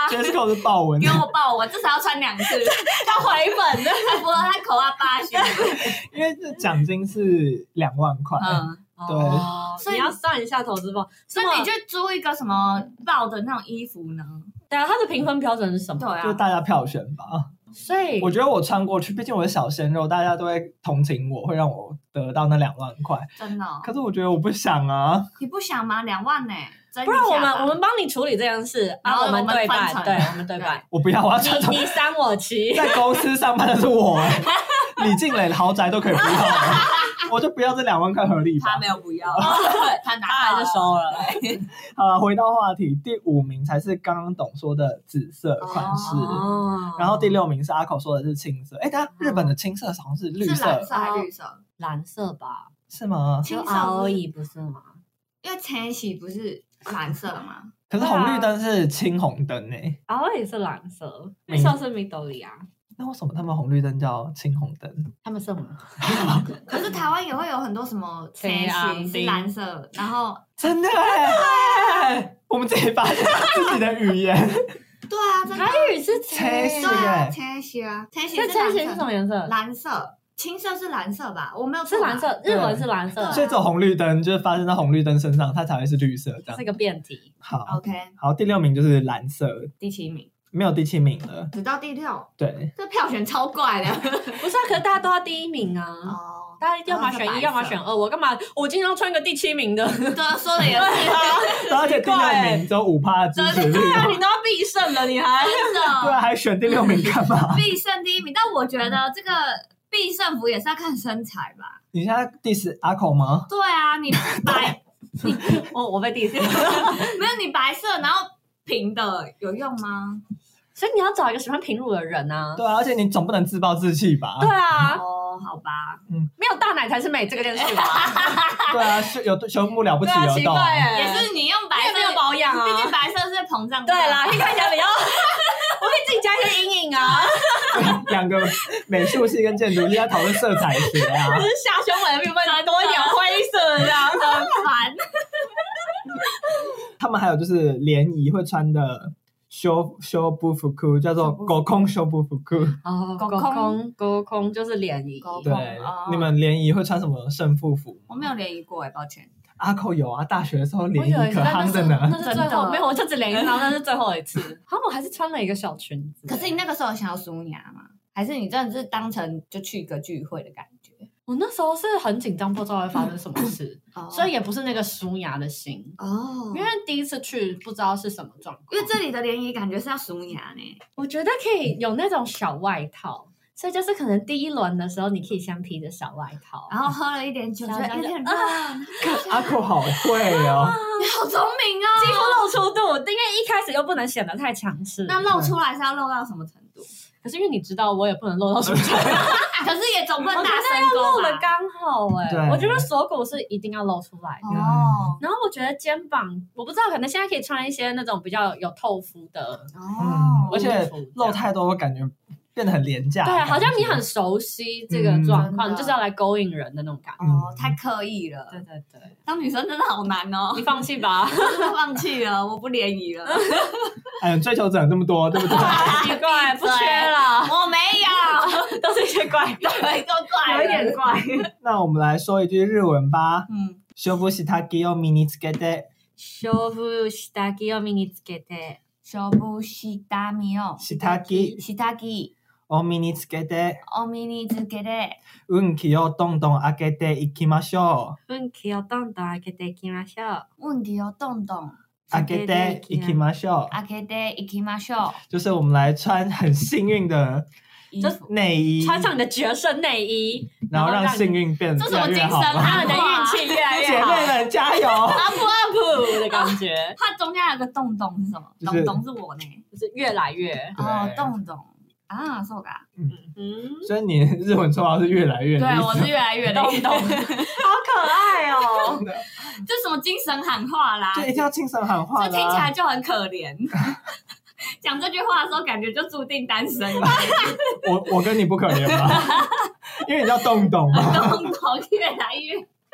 Jesco 是豹纹， 给我豹纹，至少要穿两次， 他回本的， 还符合他口啊八星。 因为这奖金是两万块， 嗯， 对， 哦、 所以你要算一下投资报。 所以你去租一个什么豹的那种衣服呢？ 对啊，它的评分标准是什么？ 对啊， 就大家票选吧。 所以我觉得我穿过去，毕竟我是小鲜肉，大家都会同情我，会让我得到那两万块。 真的、哦？ 可是我觉得我不想啊。 你不想吗？两万呢、欸？ 不然我们我们帮你处理这件事，然后我们对半，对，我们对半。 我不要，我要穿。 你你三我七， 在公司上班的是我、欸，李静蕾豪宅都可以不要、欸，我就不要这两万块合理吧。 他没有不要， 他拿他还是收了。 好了，回到话题，第五名才是刚刚董说的紫色款式， 哦、 然后第六名是阿口说的是青色。哎，它日本的青色好像是绿色， 是蓝色还是绿色？ 蓝色吧？ 是吗？ 就 R O E 不是吗？ 因为千禧不是蓝色吗？ 可是红绿灯是青红灯诶、欸、 ，R O E 是蓝色，绿色是 Midori 啊。 那为什么他们红绿灯叫青红灯？ 他们是什么？ 可是台湾也会有很多什么千禧是蓝色，然后真的耶，我们自己发现自己的语言。 对啊，真的台语是千禧， 对啊，千禧啊，千禧是千禧是什么颜色？ 蓝色。青色是蓝色吧？我没有是蓝色，日文是蓝色， 所以走红绿灯就是发生在红绿灯身上，它才会是绿色，这样是一个辩题。 好 ，OK， 好，第六名就是蓝色， 第七名没有第七名了， 只到第六， 对， 这票选超怪的， 不是啊？可是大家都要第一名啊， 哦， 大家要么选一，要么选二，我干嘛？我今天要穿个第七名的， 对啊，说的也是啊， 而且第六名只有五趴的支持率， 对啊，你都要必胜了，你还真的， 对啊，还选第六名干嘛？ 必胜第一名，但我觉得这个。必胜服也是要看身材吧？ 你现在 diss 阿口吗？ 对啊，你白，你我我被 diss， 没有你白色，然后平的有用吗？ 所以你要找一个喜欢平乳的人啊。 对啊，而且你总不能自暴自弃吧？ 对啊， 哦，好吧， 嗯，没有大奶才是美这个件事吧？ 对啊，有胸部了不起有奇怪哎， 也是你用白色要保养啊， 毕竟白色是膨胀。 对啦，你看起来比较，我可以自己加一些阴影啊。 两个美术系跟建筑系在讨论色彩学啊， 只是下胸围的部分多一点灰色这样， 很烦。 他们还有就是联谊会穿的修修布服裤，叫做狗空修布服裤。 哦，狗空狗空就是联谊。 对， 哦、 你们联谊会穿什么胜负服？ 我没有联谊过哎、欸，抱歉。 阿口有啊，大学的时候联谊可夯的呢。 那是最后没有，我就只联谊，然后那是最后一次。然后我还是穿了一个小裙子。 可是你那个时候想要舒雅吗？还是你真的是当成就去一个聚会的感觉？ 我那时候是很紧张，不知道会发生什么事，哦、所以也不是那个舒雅的心哦，因为第一次去不知道是什么状况。 因为这里的联谊感觉是要舒雅呢， 我觉得可以有那种小外套。所以就是可能第一轮的时候，你可以先披着小外套， 然后喝了一点酒，觉得有点热。 阿口好会哦， 你好聪明哦， 几乎露出度，因为一开始又不能显得太强势。 那露出来是要露到什么程度？ 可是因为你知道，我也不能露到什么程度。 可是也总不能大身沟吧？ 露的刚好哎、欸，我觉得锁骨是一定要露出来的。 哦， 然后我觉得肩膀，我不知道，可能现在可以穿一些那种比较有透肤的哦、嗯，而且露太多，我感觉。变得很廉价， 对，好像你很熟悉这个状况，嗯、就是要来勾引人的那种感觉。 哦，太刻意了。 对对对， 当女生真的好难哦。 你放弃吧， 放弃了，我不联谊了。 哎，追求者那么多，对不对？ 奇怪，不缺了， 我没有， 都是一些怪， 对，都怪， 有一点怪。 那我们来说一句日文吧。 嗯， 勝負下着を身につけて。 勝負下着を身につけて。 勝負下着を。 下着。 下着。 を身につけて、 お身につけて、 運気をどんどん上げていきましょう。運気をどんどん上げていきましょう。 運気をどんどん上げていきましょう。 上げていきましょう。 就是我们来穿很幸运的内衣， 穿上你的决胜内衣， 然后让幸运变越来越好， 让你的运气越来越好。姐妹们加油 ！up up 的感觉。 它中间有个洞洞是什么？洞洞是我呢， 就是越来越哦，洞洞。啊，そうか。 嗯嗯，所以你日文绰号是越来越， 对，我是越来越的洞洞，好可爱哦！ 这什么精神喊话啦？ 就一定要精神喊话， 这听起来就很可怜。讲这句话的时候，感觉就注定单身了。 我我跟你不可怜吗？因为你叫洞洞嘛。 洞洞越来越。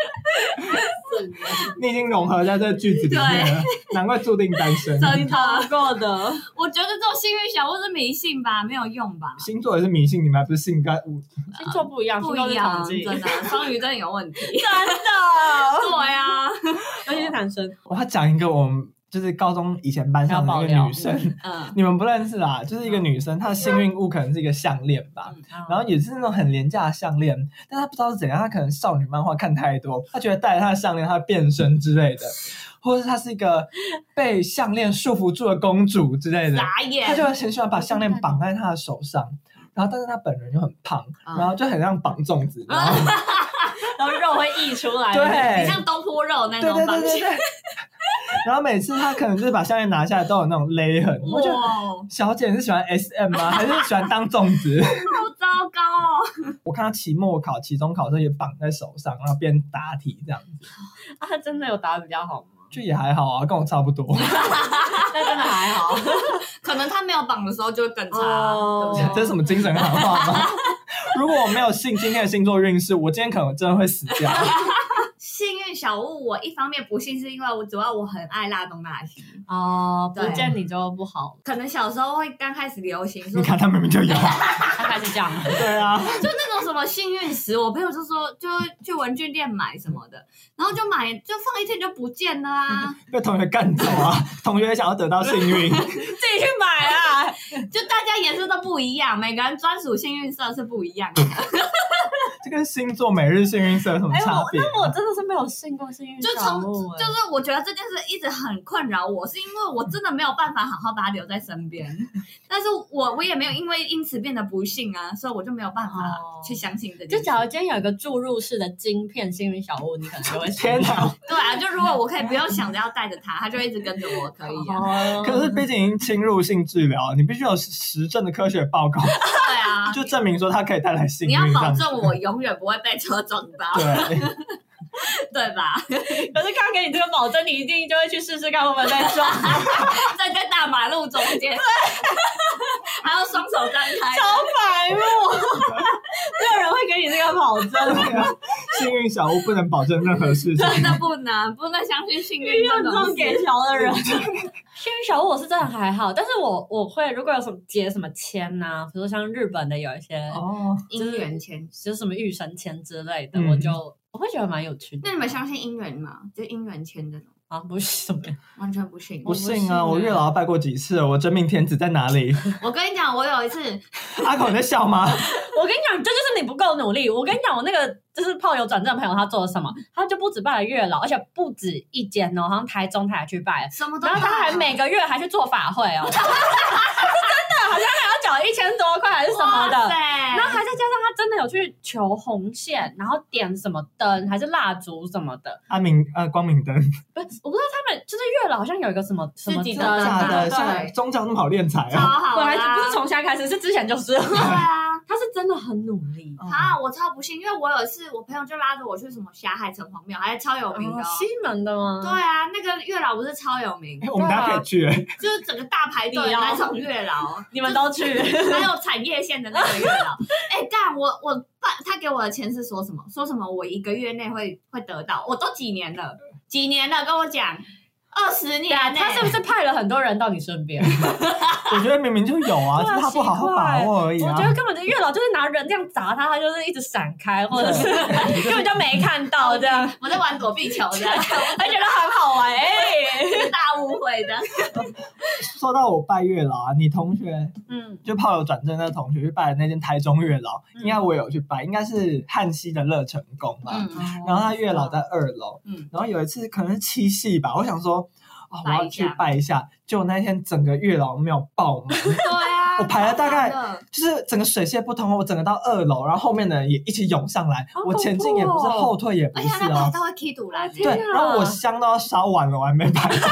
你已经融合在这个句子里面了，难怪注定单身。 真的够的。 我觉得这种幸运小物是迷信吧，没有用吧？ 星座也是迷信，你们还不是信该物？ 星座不一样， 不一样， 真的，双鱼真的有问题，真的。 对啊， 尤其是男生。 我要讲一个我们。就是高中以前班上的一个女生， 嗯， 你们不认识啦，就是一个女生，她的幸运物可能是一个项链吧，嗯、然后也是那种很廉价的项链，但她不知道是怎样，她可能少女漫画看太多，她觉得戴着她的项链她会变身之类的，或者是她是一个被项链束缚住的公主之类的， 傻眼， 她就很喜欢把项链绑在她的手上，然后但是她本人就很胖，嗯、然后就很像绑粽子，然后然后肉会溢出来， 对， 很像东坡肉那种绑起来。 然后每次他可能就是把项链拿下来都有那种勒痕，我觉得小姐你是喜欢 S M 吗？还是喜欢当粽子？ 好糟糕哦！ 我看他期末考、期中考的时候也绑在手上，然后边答题这样子。 啊，他真的有答得比较好吗？ 就也还好啊，跟我差不多。 那真的还好， 可能他没有绑的时候就会更差，哦、对不对？ 这是什么精神喊话吗？如果我没有信今天的星座运势，我今天可能真的会死掉。 幸运小物，我一方面不信，是因为我主要我很爱拉东大西哦，不见你就不好。 可能小时候会刚开始流行， 你看他明明就有， 他开始讲了， 对啊， 就那种什么幸运石，我朋友就说就去文具店买什么的，然后就买就放一天就不见了啊， 被同学干走啊，同学想要得到幸运，自己去买啊， 就大家颜色都不一样，每个人专属幸运色是不一样的。 这跟星座每日幸运色有什么差别、啊？ 那我真的是没有信过幸运小物、 欸，就是我觉得这件事一直很困扰我，是因为我真的没有办法好好把它留在身边，但是我我也没有因为因此变得不幸啊，所以我就没有办法去相信这件事。 就假如今天有一个注入式的晶片幸运小物，你可能就会天哪！ 对啊，就如果我可以不用想着要带着它，它就一直跟着我，可以啊。 可是毕竟已经侵入性治疗，你必须有实证的科学报告。 对啊， 就证明说它可以带来幸运。 你要保证我永远不会被车撞到。 对。 对吧？ 可是看给你这个保证，你一定就会去试试看会不会被撞， 在在大马路中间，对，还要双手张开， 超白目，没有人会给你这个保证。 幸运小屋不能保证任何事情， 真的不能，不能相信幸运这种给小的人。幸运小屋我是真的还好，但是我我会如果有什么结什么签呐、啊，比如说像日本的有一些哦姻缘签， 就是什么御神签之类的，嗯、我就。我会觉得蛮有趣的。 那你们相信姻缘吗？就姻缘签这种啊？不是什么， 完全不信。 不信啊！我月老拜过几次了，我真命天子在哪里？ 我跟你讲，我有一次， 阿口你在笑吗？ 我跟你讲，这就是你不够努力。我跟你讲，我那个就是炮友转正的朋友，他做了什么？他就不止拜了月老，而且不止一间哦，好像台中他还去拜了， 什么都拜。 然后他还每个月还去做法会哦。是真的，好像还要缴一千多块还是什么的，然后还再加上他真的有去求红线，然后点什么灯还是蜡烛什么的， 阿明呃光明灯， 不是我不知道他们就是月老好像有一个什么什么灯， 假的，像宗教那么好敛财啊， 超好啊，不是从现在开始，是之前就是， 对啊， 他是真的很努力啊，我超不信，因为我有一次我朋友就拉着我去什么霞海城隍庙，还超有名的、哦哦， 西门的吗？ 对啊，那个月老不是超有名， 欸、我们大家可以去、欸， 就是整个大排队那种月老， 你们都去， 还有产业线的那个月老，哎、欸，干我我爸他给我的钱是说什么？说什么我一个月内会会得到？我都几年了，几年了，跟我讲。二十年、欸， 他是不是派了很多人到你身边？ 我觉得明明就有啊，只是他不好好把握而已、啊。 我觉得根本就月老就是拿人这样砸他，他就是一直闪开，或者是根本就没看到这样。 我在玩躲避球这样， 还觉得很好玩，哎、 欸，大误会的。 说到我拜月老啊，你同学，嗯，就炮友转正那个同学去拜的那间台中月老，嗯、应该我有去拜，应该是汉西的乐成宫吧。嗯、然后他月老在二楼，嗯，然后有一次可能是七夕吧，我想说。哦、我要去拜一下，结果那天整个月老庙爆满。 对啊， 我排了大概就是整个水泄不通，我整个到二楼，然后后面的人也一起涌上来，哦、我前进也不是，后退也不是哦。 而且他排到会踢堵来， 对，然后我香都要烧完了，我还没排到。而且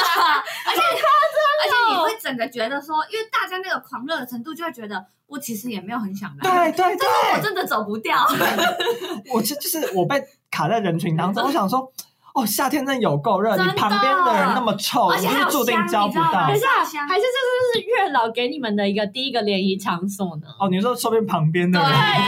而且你会整个觉得说，因为大家那个狂热的程度，就会觉得我其实也没有很想来， 对对对， 但是我真的走不掉。 我就就是我被卡在人群当中，我想说。哦，夏天真的有够热，你旁边的人那么臭， 而且还有香， 你注定交不到。 等一下，还是这是月老给你们的一个第一个联谊场所呢？ 哦，你说说不定旁边的人， 对啊，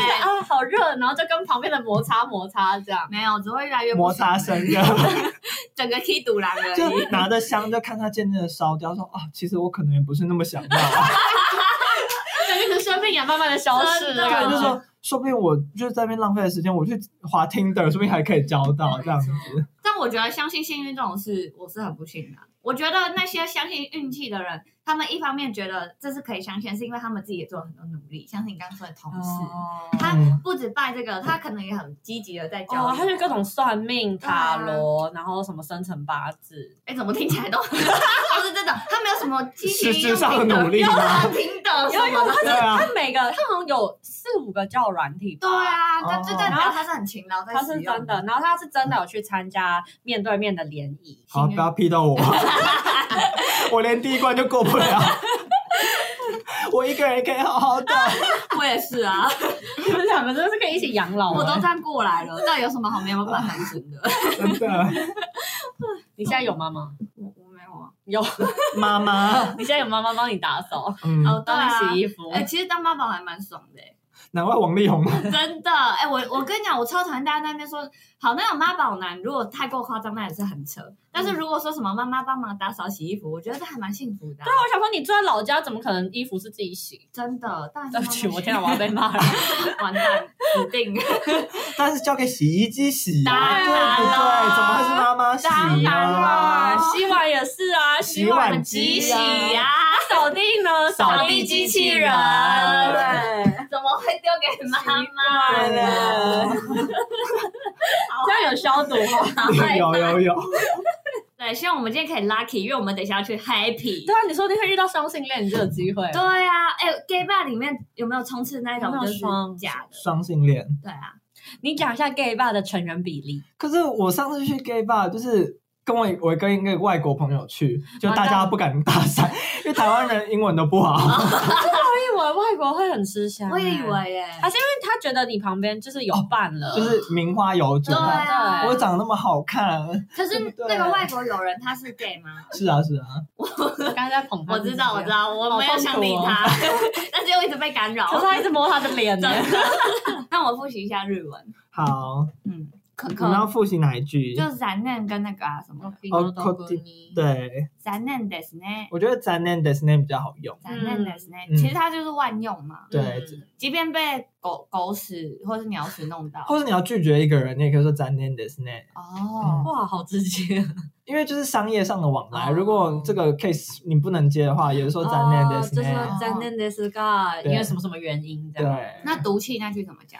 好热，然后就跟旁边的摩擦摩擦这样。 没有，只会越来越摩擦声的， 整个 K 堵狼而已。 就拿着香就看它渐渐的烧掉，说啊，其实我可能也不是那么想要、啊。 对，就是生命也慢慢的消逝了。 对，就是说，说不定我就是在那边浪费的时间，我去滑 Tinder， 说不定还可以交到这样子。 但我觉得相信幸运这种事，我是很不信的。我觉得那些相信运气的人，他们一方面觉得这是可以相信，是因为他们自己也做了很多努力。像是你刚刚说的同事，哦、他不止拜这个，他可能也很积极的在教。 哦，他就各种算命、塔罗，啊、然后什么生辰八字。 哎，怎么听起来都都是这种？他没有什么积极实质上的努力吗？听的， 有有，他是他每个他好像有四五个交友软体。 对啊，他就代表他是很勤劳在使用。 他是真的，然后他是真的有去参加面对面的联谊。 好，不要批到我。我连第一关就过不了，我一个人可以好好的。 我也是啊， 你们两个真的是可以一起养老。 我都这样过来了，到底有什么好没有办法单身的？ 真的。 你现在有妈妈？ 我我没有啊。 有妈妈。 你现在有妈妈帮你打扫， 嗯， 哦，对啊， 帮你洗衣服。 哎，其实当妈宝还蛮爽的。 难怪王力宏真的哎、欸，我我跟你讲，我超讨厌大家在那边说，好那种妈宝男，如果太过夸张，那也是很扯。但是如果说什么妈妈帮忙打扫洗衣服，我觉得这还蛮幸福的、啊。 对啊，我想说你住在老家，怎么可能衣服是自己洗？ 真的，但对不起，我天啊，我要被骂了， 完蛋，死定。 但是交给洗衣机洗啊， 当然对不对？怎么会是妈妈洗呢？ 当然啦， 洗碗也是啊， 洗碗机洗呀、啊， 扫地呢， 扫地机器人， 对，怎么会丢给妈妈呢？这样有消毒吗？ 有有有。 对，希望我们今天可以 lucky， 因为我们等一下要去 happy。 对啊，你说你会遇到双性恋，你就有机会。 对啊，哎、欸、，gay bar 里面有没有充斥那种就是假的双性恋？ 对啊， 你讲一下 gay bar 的成人比例。 可是我上次去 gay bar 就是跟我我跟一个外国朋友去，就大家不敢搭讪，因为台湾人英文都不好。 我以为外国会很吃香， 我也以为耶， 还是因为他觉得你旁边就是有伴了， 哦、就是名花有主。 对啊， 我长得那么好看。 可是那个外国友人他是 gay 吗？ 是啊是啊， 我刚刚在捧他， 我知道我知道，我没有想理他，但是又一直被干扰。 可是他一直摸他的脸呢。 那我复习一下日文。 好， 嗯。 可可我们要复习哪一句？ 就是残念跟那个啊什么哦，对， 残念ですね。 我觉得残念ですね比较好用。 残念ですね，其实它就是万用嘛。 对， 即便被狗狗屎或是鸟屎弄到， 或是你要拒绝一个人，你也可以说残念ですね。 哦， 哇，好直接。 因为就是商业上的往来，如果这个 case 你不能接的话，也是说残念ですね。 就是说残念ですが，因为什么什么原因这样。 对。 那毒气那句怎么讲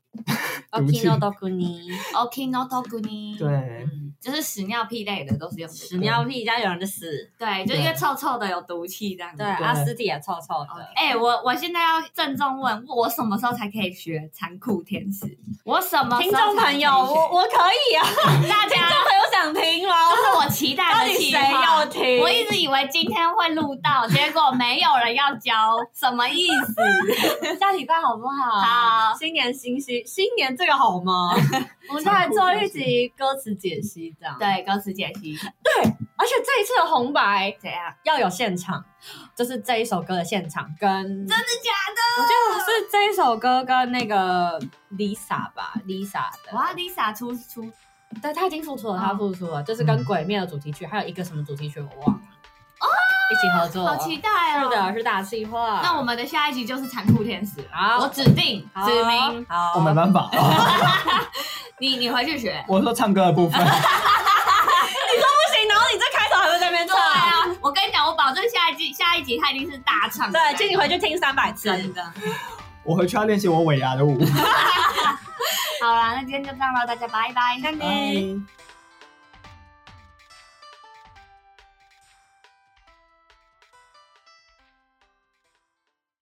？Oki no toku ni Oki no toku ni。 对， 嗯，就是屎尿屁类的都是用屎尿屁加有人的屎， 对，就因为臭臭的有毒气这样子。 对，阿尸体也臭臭的。 哎，我我现在要郑重问，我什么时候才可以学残酷天使？我什么？ 听众朋友，我我可以啊， 大家听众朋友想听吗？ 这是我期待的计划。 谁要听？ 我一直以为今天会录到，结果没有人要教，什么意思？ 下礼拜好不好？ 好， 新年新希，新年这个好吗？我们再来做一集歌词解析，这样对，歌词解析。 对，而且这一次的红白怎样？ 要有现场，就是这一首歌的现场跟真的假的？ 我记得是这一首歌跟那个 Lisa 吧 ，Lisa 的。 哇 ，Lisa 出出， 对，她已经复出了，她复出了，就是跟《鬼灭》的主题曲，还有一个什么主题曲我忘了。 哦， 一起合作， 好期待哦！ 是的，是大企划。 那我们的下一集就是残酷天使， 好， 我指定指明， 好， 我没办法。 你你回去学。 我说唱歌的部分。 你说不行，然后你这开头还会在那边唱。 对啊，我跟你讲，我保证下一季下一集他一定是大唱。 对，请你回去听三百次。 真的。 我回去要练习我尾牙的舞。 好啦，那今天就这样了，大家拜拜， 拜拜。